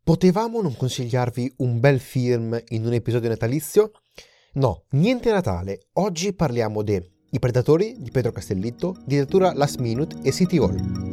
Potevamo non consigliarvi un bel film in un episodio natalizio? No, niente Natale. Oggi parliamo de I Predatori di Pedro Castellitto, Dittatura Last Minute e City Hall.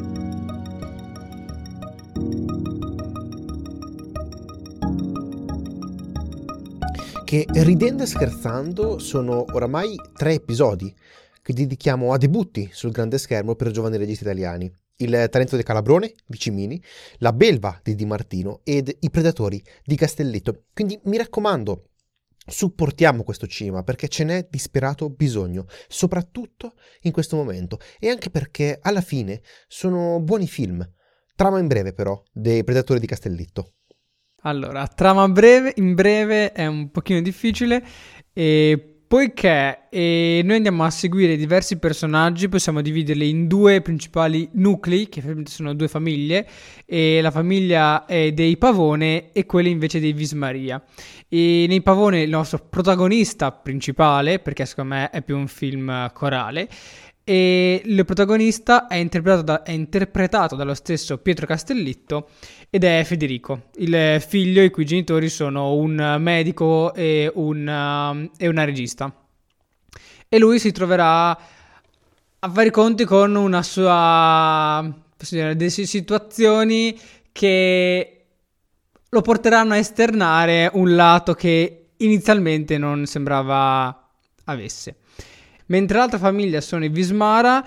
Che ridendo e scherzando sono oramai 3 episodi che dedichiamo a debutti sul grande schermo per giovani registi italiani. Il talento di Calabrone di Cimini, La belva di Di Martino ed I Predatori di Castellitto. Quindi mi raccomando, supportiamo questo cinema perché ce n'è disperato bisogno, soprattutto in questo momento, e anche perché alla fine sono buoni film. Trama in breve però dei Predatori di Castellitto. Allora, in breve è un pochino difficile, poiché noi andiamo a seguire diversi personaggi, possiamo dividerli in due principali nuclei, che sono due famiglie, la famiglia dei Pavone e quella invece dei Vismaria. E nei Pavone il nostro protagonista principale, perché secondo me è più un film corale, e il protagonista è interpretato dallo stesso Pietro Castellitto ed è Federico, il figlio i cui genitori sono un medico e una regista. E lui si troverà a fare i conti con una sua, delle situazioni che lo porteranno a esternare un lato che inizialmente non sembrava avesse. Mentre l'altra famiglia sono i Vismara,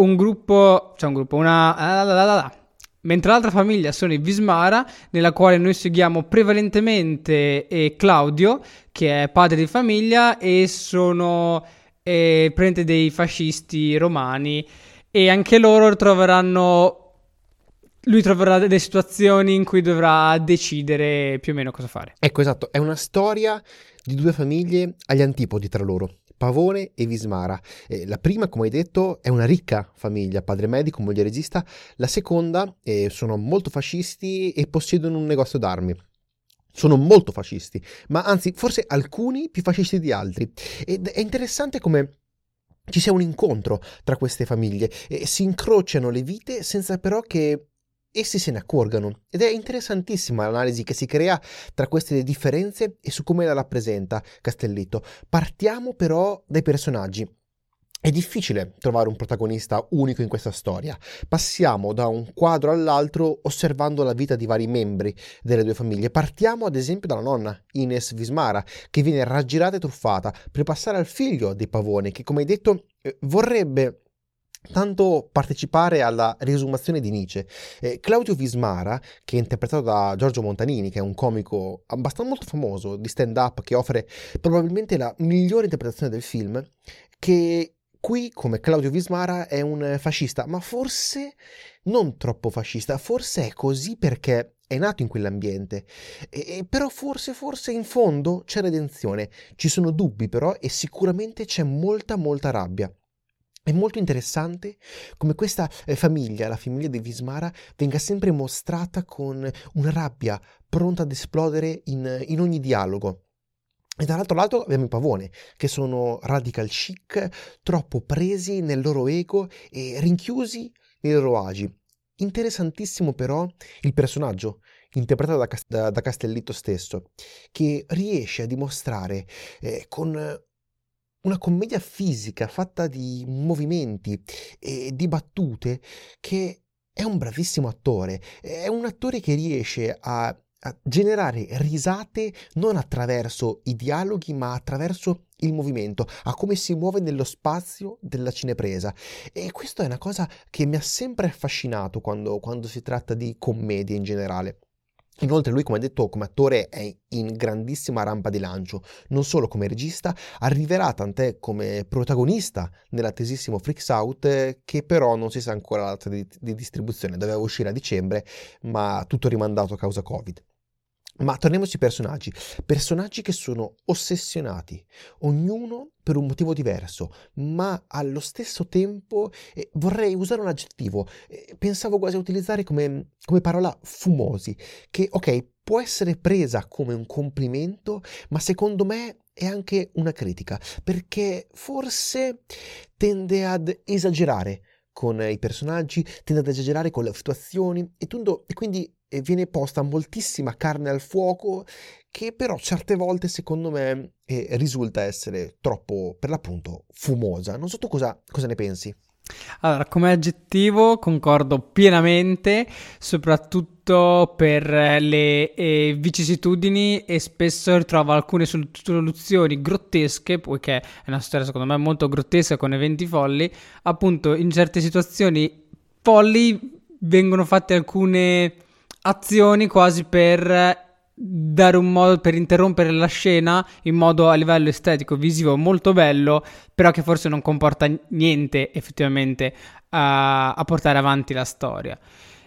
Mentre l'altra famiglia sono i Vismara, nella quale noi seguiamo prevalentemente Claudio, che è padre di famiglia, e sono praticamente dei fascisti romani, e anche loro lui troverà delle situazioni in cui dovrà decidere più o meno cosa fare. Ecco, esatto, è una storia di due famiglie agli antipodi tra loro. Pavone e Vismara. La prima, come hai detto, è una ricca famiglia, padre medico, moglie regista. La seconda sono molto fascisti e possiedono un negozio d'armi. Sono molto fascisti, ma anzi forse alcuni più fascisti di altri. Ed è interessante come ci sia un incontro tra queste famiglie e si incrociano le vite senza però che essi se ne accorgano, ed è interessantissima l'analisi che si crea tra queste differenze e su come la rappresenta Castellitto. Partiamo però dai personaggi. È difficile trovare un protagonista unico in questa storia. Passiamo da un quadro all'altro osservando la vita di vari membri delle due famiglie. Partiamo ad esempio dalla nonna, Ines Vismara, che viene raggirata e truffata per passare al figlio dei Pavoni, che come hai detto vorrebbe tanto partecipare alla riesumazione di Nietzsche. Claudio Vismara, che è interpretato da Giorgio Montanini, che è un comico abbastanza molto famoso di stand-up, che offre probabilmente la migliore interpretazione del film, che qui, come Claudio Vismara, è un fascista, ma forse non troppo fascista, forse è così perché è nato in quell'ambiente, però forse in fondo c'è redenzione, ci sono dubbi però e sicuramente c'è molta rabbia. È molto interessante come questa famiglia, la famiglia di Vismara, venga sempre mostrata con una rabbia pronta ad esplodere in ogni dialogo. E dall'altro lato abbiamo i Pavone, che sono radical chic, troppo presi nel loro ego e rinchiusi nei loro agi. Interessantissimo però il personaggio, interpretato da Castellitto stesso, che riesce a dimostrare con una commedia fisica fatta di movimenti e di battute che è un bravissimo attore. È un attore che riesce a generare risate non attraverso i dialoghi, ma attraverso il movimento, a come si muove nello spazio della cinepresa. E questa è una cosa che mi ha sempre affascinato quando si tratta di commedie in generale. Inoltre lui, come detto, come attore è in grandissima rampa di lancio, non solo come regista, arriverà tant'è come protagonista nell'attesissimo Freaks Out, che però non si sa ancora la data di distribuzione, doveva uscire a dicembre, ma tutto rimandato a causa Covid. Ma torniamo sui personaggi che sono ossessionati, ognuno per un motivo diverso, ma allo stesso tempo vorrei usare un aggettivo, pensavo quasi a utilizzare come parola fumosi, che ok, può essere presa come un complimento, ma secondo me è anche una critica, perché forse tende ad esagerare con i personaggi, tende ad esagerare con le situazioni e quindi viene posta moltissima carne al fuoco che però certe volte secondo me risulta essere troppo, per l'appunto, fumosa. Non so tu cosa ne pensi. Allora, come aggettivo concordo pienamente, soprattutto per le vicissitudini, e spesso ritrovo alcune soluzioni grottesche, poiché è una storia secondo me molto grottesca con eventi folli. Appunto, in certe situazioni folli vengono fatte alcune azioni quasi per dare un modo per interrompere la scena in modo a livello estetico, visivo molto bello, però che forse non comporta niente effettivamente a portare avanti la storia.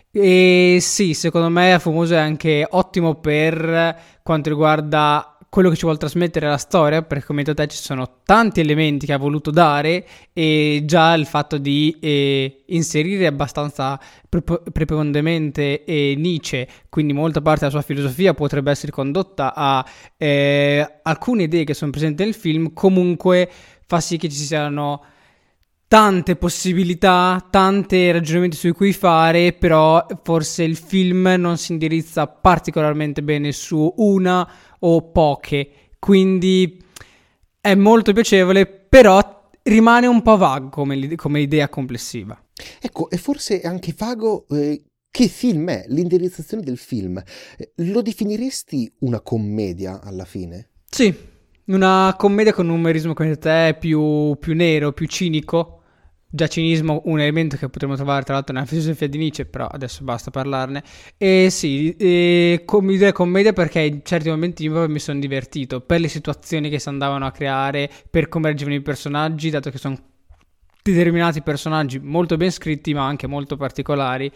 E sì, secondo me Fumoso è anche ottimo per quanto riguarda quello che ci vuole trasmettere la storia, perché come hai detto te ci sono tanti elementi che ha voluto dare, e già il fatto di inserire abbastanza prepotentemente Nietzsche, quindi molta parte della sua filosofia potrebbe essere condotta a alcune idee che sono presenti nel film, comunque fa sì che ci siano tante possibilità, tanti ragionamenti su cui fare, però forse il film non si indirizza particolarmente bene su una o poche, quindi è molto piacevole, però rimane un po' vago come idea complessiva. Ecco, e forse è anche vago che film è, l'indirizzazione del film. Lo definiresti una commedia alla fine? Sì, una commedia con un umorismo come te più nero, più cinico. Già cinismo, un elemento che potremmo trovare tra l'altro nella filosofia di Nietzsche, però adesso basta parlarne. E sì, commedia perché in certi momenti io proprio mi sono divertito per le situazioni che si andavano a creare, per come reagivano i personaggi, dato che sono determinati personaggi molto ben scritti ma anche molto particolari.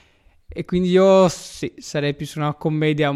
E quindi io sì, sarei più su una commedia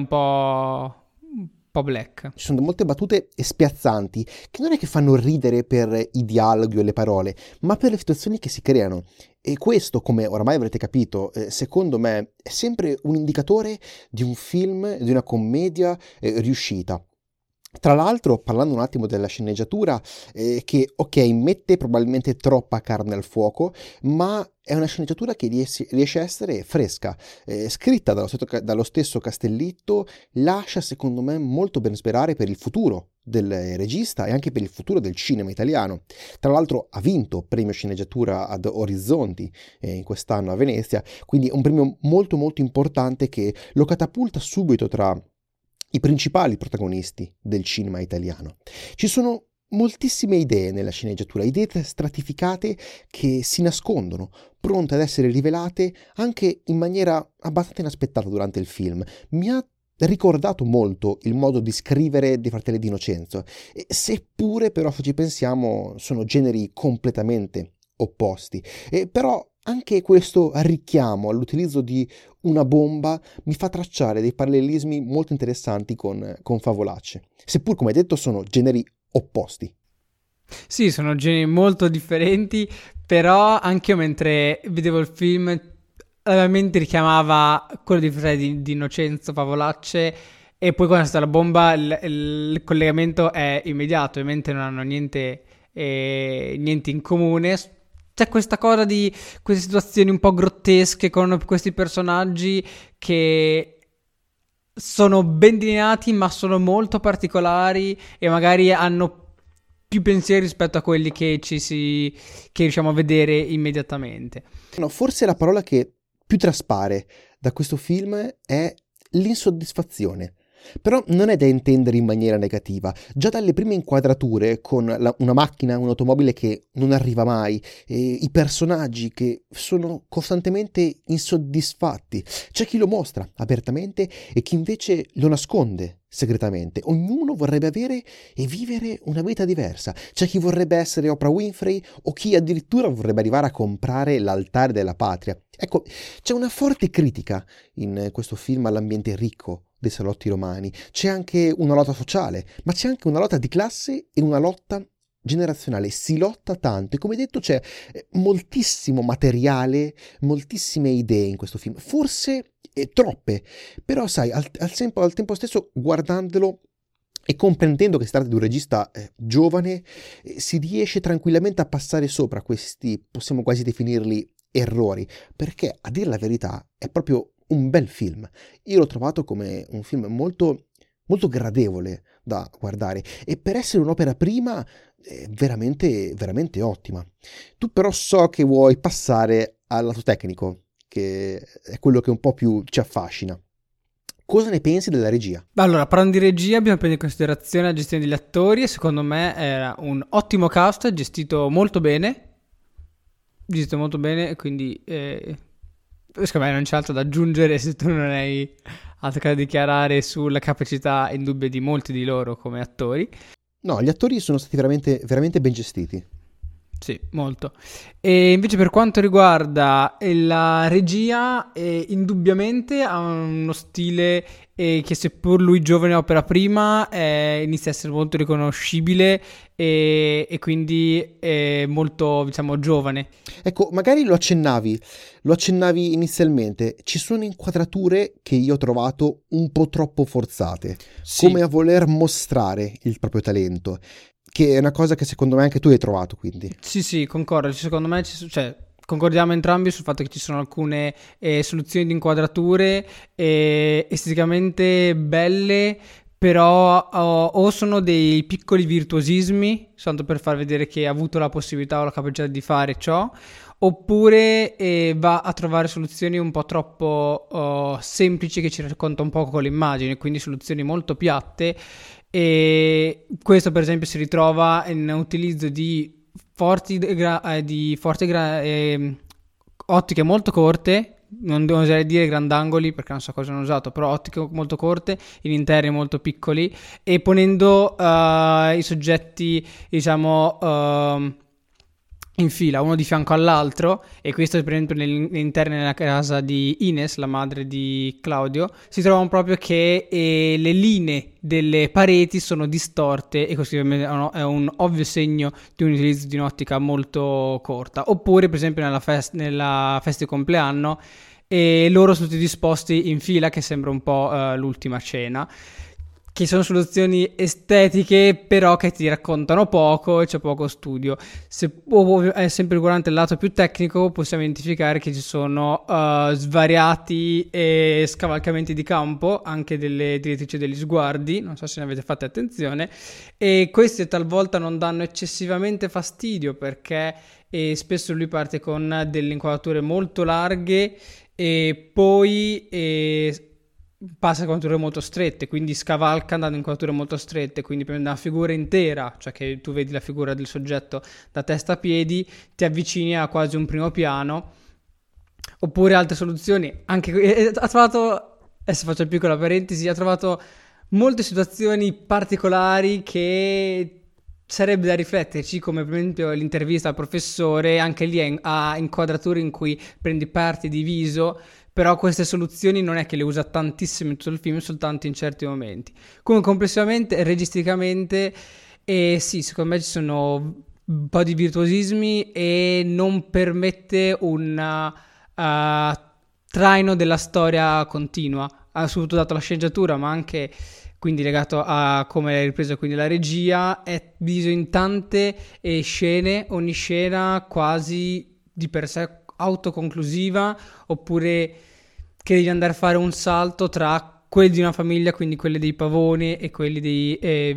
un po' black. Ci sono molte battute spiazzanti che non è che fanno ridere per i dialoghi o le parole, ma per le situazioni che si creano. E questo, come oramai avrete capito, secondo me è sempre un indicatore di un film, di una commedia riuscita. Tra l'altro, parlando un attimo della sceneggiatura, che ok, mette probabilmente troppa carne al fuoco, ma è una sceneggiatura che riesce a essere fresca, scritta dallo stesso Castellitto, lascia secondo me molto ben sperare per il futuro del regista e anche per il futuro del cinema italiano. Tra l'altro ha vinto premio sceneggiatura ad Orizzonti in quest'anno a Venezia, quindi è un premio molto molto importante che lo catapulta subito tra i principali protagonisti del cinema italiano. Ci sono moltissime idee nella sceneggiatura, idee stratificate che si nascondono, pronte ad essere rivelate anche in maniera abbastanza inaspettata durante il film. Mi ha ricordato molto il modo di scrivere dei Fratelli di Innocenzo, seppure però se ci pensiamo sono generi completamente opposti. Però anche questo richiamo all'utilizzo di una bomba mi fa tracciare dei parallelismi molto interessanti con Favolacce, seppur come detto sono generi opposti. Sì, sono generi molto differenti, però anche io mentre vedevo il film la mia mente richiamava quello di Fratelli di Innocenzo, Favolacce, e poi quando è stata la bomba il collegamento è immediato, ovviamente non hanno niente in comune. C'è questa cosa di queste situazioni un po' grottesche con questi personaggi che sono ben delineati ma sono molto particolari e magari hanno più pensieri rispetto a quelli che riusciamo a vedere immediatamente. No, forse la parola che più traspare da questo film è l'insoddisfazione. Però non è da intendere in maniera negativa. Già dalle prime inquadrature con una macchina, un'automobile che non arriva mai, i personaggi che sono costantemente insoddisfatti. C'è chi lo mostra apertamente e chi invece lo nasconde segretamente. Ognuno vorrebbe avere e vivere una vita diversa. C'è chi vorrebbe essere Oprah Winfrey o chi addirittura vorrebbe arrivare a comprare l'altare della patria. Ecco, c'è una forte critica in questo film all'ambiente ricco dei salotti romani. C'è anche una lotta sociale, ma c'è anche una lotta di classe e una lotta generazionale. Si lotta tanto e come detto c'è moltissimo materiale, moltissime idee in questo film, forse troppe, però sai, al tempo stesso guardandolo e comprendendo che si tratta di un regista giovane, si riesce tranquillamente a passare sopra questi, possiamo quasi definirli errori, perché a dire la verità è proprio un bel film. Io l'ho trovato come un film molto, molto gradevole da guardare e per essere un'opera prima è veramente, veramente ottima. Tu però so che vuoi passare al lato tecnico, che è quello che un po' più ci affascina. Cosa ne pensi della regia? Allora, parlando di regia, bisogna prendere in considerazione la gestione degli attori e secondo me era un ottimo cast, gestito molto bene, e quindi secondo me non c'è altro da aggiungere se tu non hai altro da dichiarare sulla capacità indubbia di molti di loro come attori. No, gli attori sono stati veramente, veramente ben gestiti. Sì, molto. E invece per quanto riguarda la regia, indubbiamente ha uno stile che seppur lui giovane opera prima, inizia a essere molto riconoscibile e quindi è molto, diciamo, giovane. Ecco, magari lo accennavi inizialmente. Ci sono inquadrature che io ho trovato un po' troppo forzate, Sì. come a voler mostrare il proprio talento, che è una cosa che secondo me anche tu hai trovato, quindi. Sì, concordo. Secondo me, concordiamo entrambi sul fatto che ci sono alcune soluzioni di inquadrature esteticamente belle, però o sono dei piccoli virtuosismi, soltanto per far vedere che ha avuto la possibilità o la capacità di fare ciò, oppure va a trovare soluzioni un po' troppo semplici che ci racconta un po' con l'immagine, quindi soluzioni molto piatte. E questo per esempio si ritrova in utilizzo di ottiche molto corte, non devo oserei dire grandangoli perché non so cosa hanno usato, però ottiche molto corte in interni molto piccoli e ponendo i soggetti, diciamo, in fila, uno di fianco all'altro, e questo per esempio all'interno della casa di Ines, la madre di Claudio, si trovano proprio che le linee delle pareti sono distorte e questo è un ovvio segno di un utilizzo di un'ottica molto corta. Oppure per esempio nella festa di compleanno loro sono tutti disposti in fila, che sembra un po' l'ultima cena, che sono soluzioni estetiche però che ti raccontano poco e c'è poco studio. Se è sempre riguardante il lato più tecnico, possiamo identificare che ci sono svariati scavalcamenti di campo, anche delle direttrici degli sguardi, non so se ne avete fatto attenzione, e questi talvolta non danno eccessivamente fastidio perché spesso lui parte con delle inquadrature molto larghe e poi passa a inquadrature molto strette, quindi scavalca andando in inquadrature molto strette, quindi prende una figura intera, cioè che tu vedi la figura del soggetto da testa a piedi, ti avvicini a quasi un primo piano. Oppure altre soluzioni, anche ha trovato, adesso faccio una piccola parentesi, ha trovato molte situazioni particolari che sarebbe da rifletterci, come per esempio l'intervista al professore, anche lì ha inquadrature in cui prendi parti di viso, però queste soluzioni non è che le usa tantissimo in tutto il film, soltanto in certi momenti. Comunque complessivamente, registicamente, sì, secondo me ci sono un po' di virtuosismi e non permette un traino della storia continua, soprattutto dato la sceneggiatura, ma anche quindi legato a come è ripreso quindi la regia, è diviso in tante scene, ogni scena quasi di per sé autoconclusiva, oppure che devi andare a fare un salto tra quelli di una famiglia, quindi quelli dei Pavone e quelli dei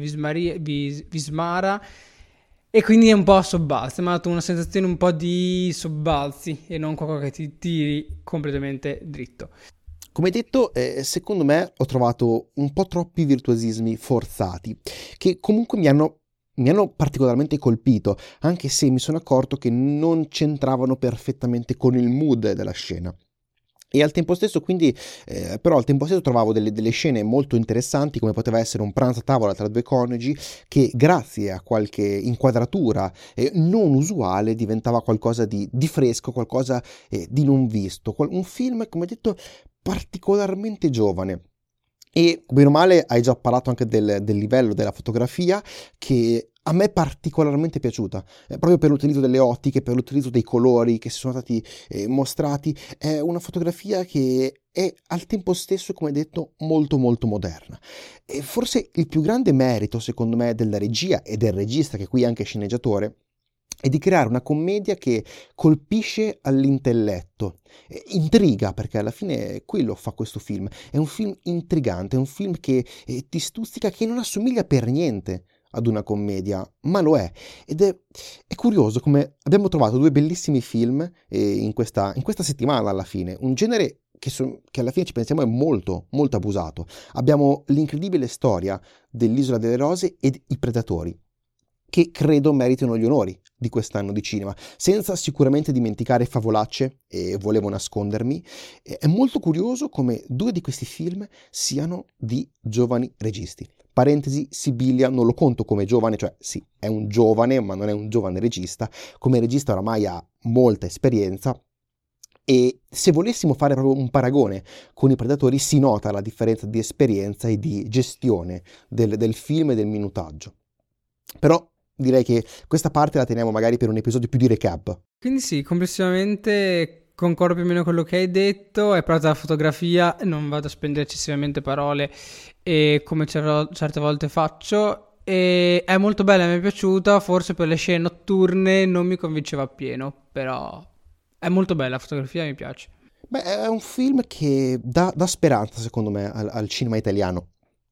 Vismara, e quindi è un po' a sobbalzi, mi ha dato una sensazione un po' di sobbalzi e non qualcosa che ti tiri completamente dritto. Come detto, secondo me ho trovato un po' troppi virtuosismi forzati, che comunque mi hanno particolarmente colpito, anche se mi sono accorto che non c'entravano perfettamente con il mood della scena. E al tempo stesso, quindi, però al tempo stesso trovavo delle scene molto interessanti, come poteva essere un pranzo a tavola tra due coniugi, che grazie a qualche inquadratura non usuale diventava qualcosa di fresco, qualcosa di non visto. Un film, come detto, particolarmente giovane. E bene o male hai già parlato anche del livello della fotografia, che a me è particolarmente piaciuta, proprio per l'utilizzo delle ottiche, per l'utilizzo dei colori che si sono stati mostrati. È una fotografia che è al tempo stesso, come detto, molto molto moderna. E forse il più grande merito, secondo me, della regia e del regista, che qui è anche sceneggiatore, e di creare una commedia che colpisce all'intelletto, intriga, perché alla fine quello fa questo film. È un film intrigante, è un film che ti stuzzica, che non assomiglia per niente ad una commedia, ma lo è. Ed è curioso come abbiamo trovato due bellissimi film in questa settimana alla fine, un genere che alla fine ci pensiamo è molto, molto abusato. Abbiamo l'incredibile storia dell'Isola delle Rose ed I Predatori, che credo meritino gli onori di quest'anno di cinema, senza sicuramente dimenticare Favolacce e Volevo nascondermi. È molto curioso come due di questi film siano di giovani registi. Parentesi, Sibilia non lo conto come giovane, cioè sì, è un giovane, ma non è un giovane regista. Come regista oramai ha molta esperienza, e se volessimo fare proprio un paragone con I Predatori si nota la differenza di esperienza e di gestione del film e del minutaggio. Però direi che questa parte la teniamo magari per un episodio più di recap. Quindi sì, complessivamente concordo più o meno con quello che hai detto. È proprio la fotografia, non vado a spendere eccessivamente parole come certe volte faccio. E è molto bella, mi è piaciuta. Forse per le scene notturne non mi convinceva appieno, però è molto bella la fotografia, mi piace. Beh, è un film che dà speranza, secondo me, al cinema italiano,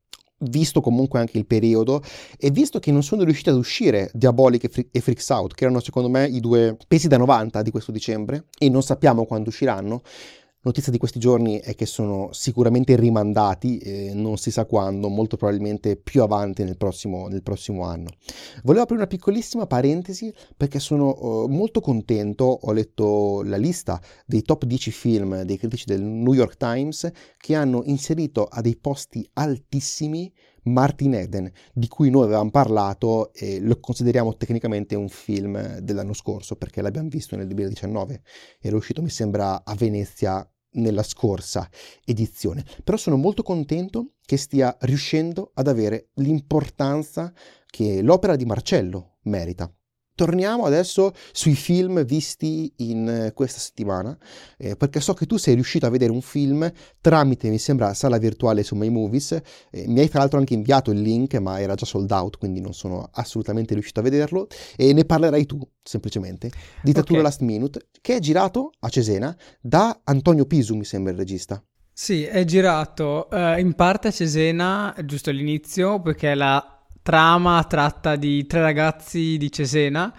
visto comunque anche il periodo e visto che non sono riusciti ad uscire Diabolic e Freaks Out, che erano secondo me i due pesi da 90 di questo dicembre, e non sappiamo quando usciranno. Notizia di questi giorni è che sono sicuramente rimandati, non si sa quando, molto probabilmente più avanti nel prossimo anno. Volevo aprire una piccolissima parentesi perché sono molto contento, ho letto la lista dei top 10 film dei critici del New York Times che hanno inserito a dei posti altissimi Martin Eden, di cui noi avevamo parlato e lo consideriamo tecnicamente un film dell'anno scorso perché l'abbiamo visto nel 2019, era uscito mi sembra a Venezia nella scorsa edizione, però sono molto contento che stia riuscendo ad avere l'importanza che l'opera di Marcello merita. Torniamo adesso sui film visti in questa settimana, perché so che tu sei riuscito a vedere un film tramite, mi sembra, sala virtuale su My Movies. Mi hai tra l'altro anche inviato il link, ma era già sold out, quindi non sono assolutamente riuscito a vederlo, e ne parlerai tu, semplicemente. Dittatura Last Minute, che è girato a Cesena da Antonio Pisu, mi sembra il regista. Sì, è girato in parte a Cesena, giusto all'inizio, perché la trama tratta di tre ragazzi di Cesena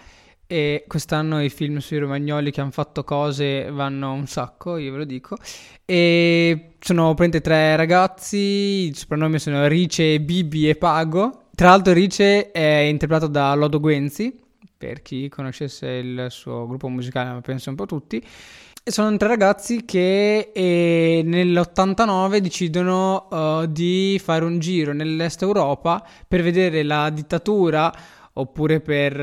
e quest'anno i film sui romagnoli che hanno fatto cose vanno un sacco, io ve lo dico. E sono praticamente tre ragazzi, i soprannomi sono Rice, Bibi e Pago. Tra l'altro Rice è interpretato da Lodo Guenzi, per chi conoscesse il suo gruppo musicale, ma penso un po' tutti. E sono tre ragazzi che nell'89 decidono di fare un giro nell'est Europa per vedere la dittatura, oppure per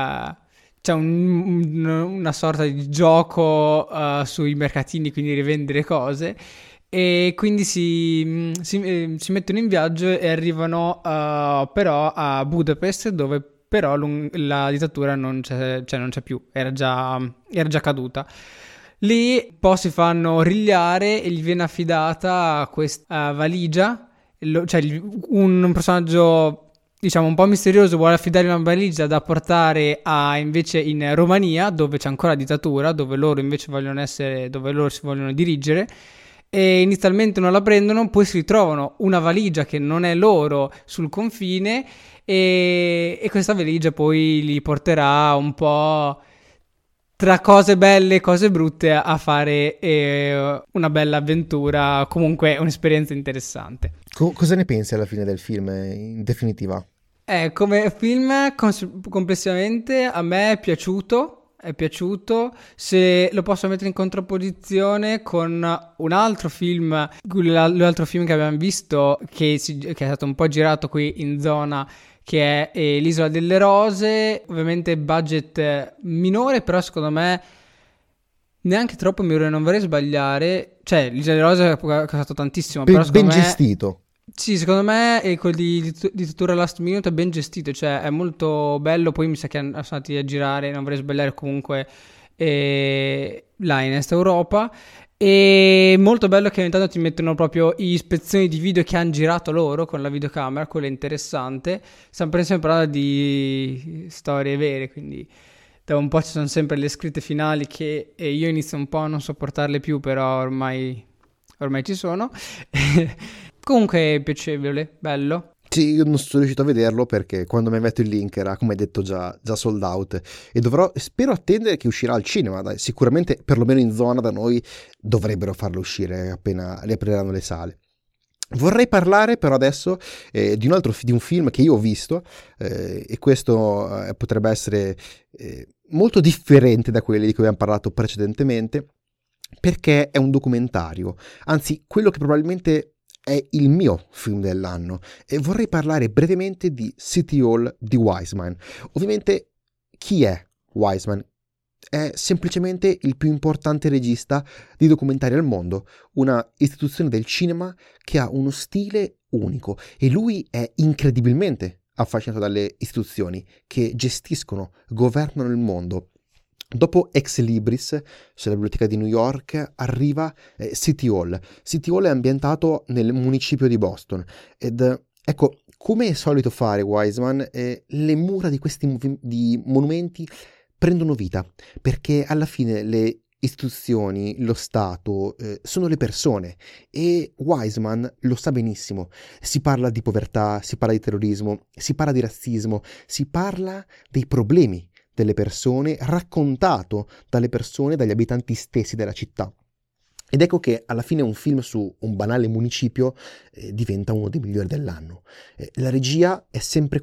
una sorta di gioco sui mercatini, quindi rivendere cose. E quindi si mettono in viaggio e arrivano però a Budapest, dove però la dittatura non c'è più, era già caduta. Lì poi si fanno rigliare e gli viene affidata questa valigia, un personaggio diciamo un po' misterioso vuole affidare una valigia da portare invece in Romania, dove c'è ancora dittatura, dove loro invece dove loro si vogliono dirigere, e inizialmente non la prendono, poi si ritrovano una valigia che non è loro sul confine e questa valigia poi li porterà un po' tra cose belle e cose brutte a fare una bella avventura, comunque un'esperienza interessante. Cosa ne pensi alla fine del film, in definitiva? Come film complessivamente a me è piaciuto, se lo posso mettere in contrapposizione con un altro film, l'altro film che abbiamo visto che è stato un po' girato qui in zona, che è l'Isola delle Rose, ovviamente budget minore, però secondo me neanche troppo minore, non vorrei sbagliare, cioè l'Isola delle Rose ha costato tantissimo, però secondo ben gestito. Sì, secondo me quello di Dittatura Last Minute è ben gestito, cioè è molto bello, poi mi sa che sono andati a girare, non vorrei sbagliare, comunque là in Est Europa. E molto bello che ogni tanto ti mettono proprio ispezioni di video che hanno girato loro con la videocamera, quello è interessante. Stiamo parlando di storie vere, quindi dopo un po' ci sono sempre le scritte finali che io inizio un po' a non sopportarle più, però ormai ci sono. Comunque è piacevole, bello. Sì, io non sono riuscito a vederlo perché quando mi metto il link era, come hai detto, già sold out e spero attendere che uscirà al cinema, dai, sicuramente perlomeno in zona da noi dovrebbero farlo uscire appena riapriranno le sale. Vorrei parlare però adesso di un film che io ho visto e questo potrebbe essere molto differente da quelli di cui abbiamo parlato precedentemente perché è un documentario, anzi quello che probabilmente è il mio film dell'anno e vorrei parlare brevemente di City Hall di Wiseman. Ovviamente chi è Wiseman? È semplicemente il più importante regista di documentari al mondo, una istituzione del cinema che ha uno stile unico e lui è incredibilmente affascinato dalle istituzioni che gestiscono, governano il mondo. Dopo Ex Libris, sulla biblioteca di New York, arriva City Hall. City Hall è ambientato nel municipio di Boston ed ecco, come è solito fare Wiseman, le mura di questi di monumenti prendono vita, perché alla fine le istituzioni, lo Stato, sono le persone e Wiseman lo sa benissimo. Si parla di povertà, si parla di terrorismo, si parla di razzismo, si parla dei problemi delle persone, raccontato dalle persone, dagli abitanti stessi della città. Ed ecco che alla fine un film su un banale municipio diventa uno dei migliori dell'anno. La regia è sempre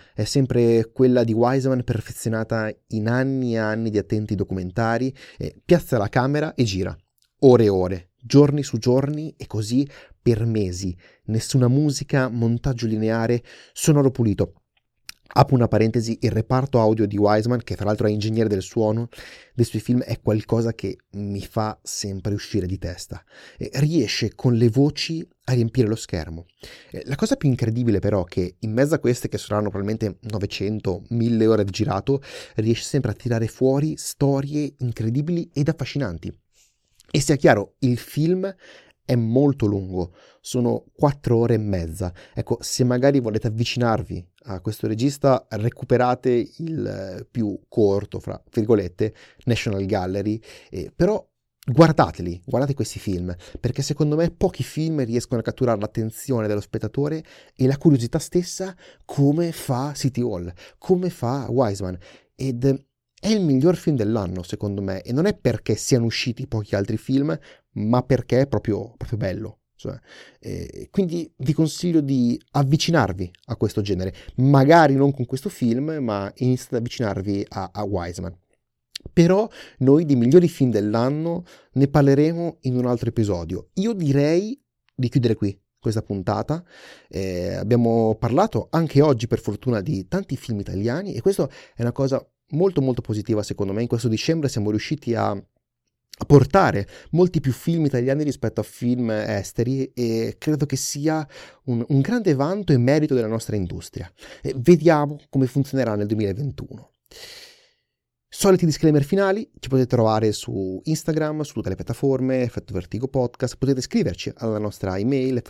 quella di Wiseman perfezionata in anni e anni di attenti documentari, piazza la camera e gira, ore e ore, giorni su giorni e così per mesi. Nessuna musica, montaggio lineare, sonoro pulito. Apro una parentesi, il reparto audio di Wiseman, che tra l'altro è ingegnere del suono dei suoi film, è qualcosa che mi fa sempre uscire di testa. Riesce con le voci a riempire lo schermo. La cosa più incredibile però è che in mezzo a queste, che saranno probabilmente 900-1000 ore di girato, riesce sempre a tirare fuori storie incredibili ed affascinanti. E sia chiaro, il film è molto lungo, sono 4 ore e mezza. Ecco, se magari volete avvicinarvi a questo regista, recuperate il più corto, fra virgolette, National Gallery, però guardate questi film, perché secondo me pochi film riescono a catturare l'attenzione dello spettatore e la curiosità stessa come fa City Hall, come fa Wiseman. Ed è il miglior film dell'anno, secondo me, e non è perché siano usciti pochi altri film, ma perché è proprio bello. Cioè, quindi vi consiglio di avvicinarvi a questo genere, magari non con questo film, ma iniziate ad avvicinarvi a Wiseman. Però noi di migliori film dell'anno ne parleremo in un altro episodio. Io direi di chiudere qui questa puntata. Abbiamo parlato anche oggi, per fortuna, di tanti film italiani e questo è una cosa molto molto positiva secondo me. In questo dicembre siamo riusciti a portare molti più film italiani rispetto a film esteri e credo che sia un grande vanto e merito della nostra industria. Vediamo come funzionerà nel 2021. Soliti disclaimer finali, ci potete trovare su Instagram, su tutte le piattaforme, Effetto Vertigo Podcast, potete scriverci alla nostra email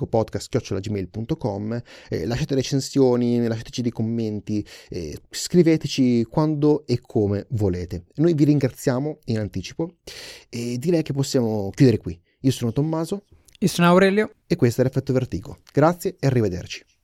effettovertigopodcast@gmail.com, lasciate recensioni, lasciateci dei commenti, scriveteci quando e come volete. Noi vi ringraziamo in anticipo e direi che possiamo chiudere qui. Io sono Tommaso. Io sono Aurelio. E questo è l'Effetto Vertigo. Grazie e arrivederci.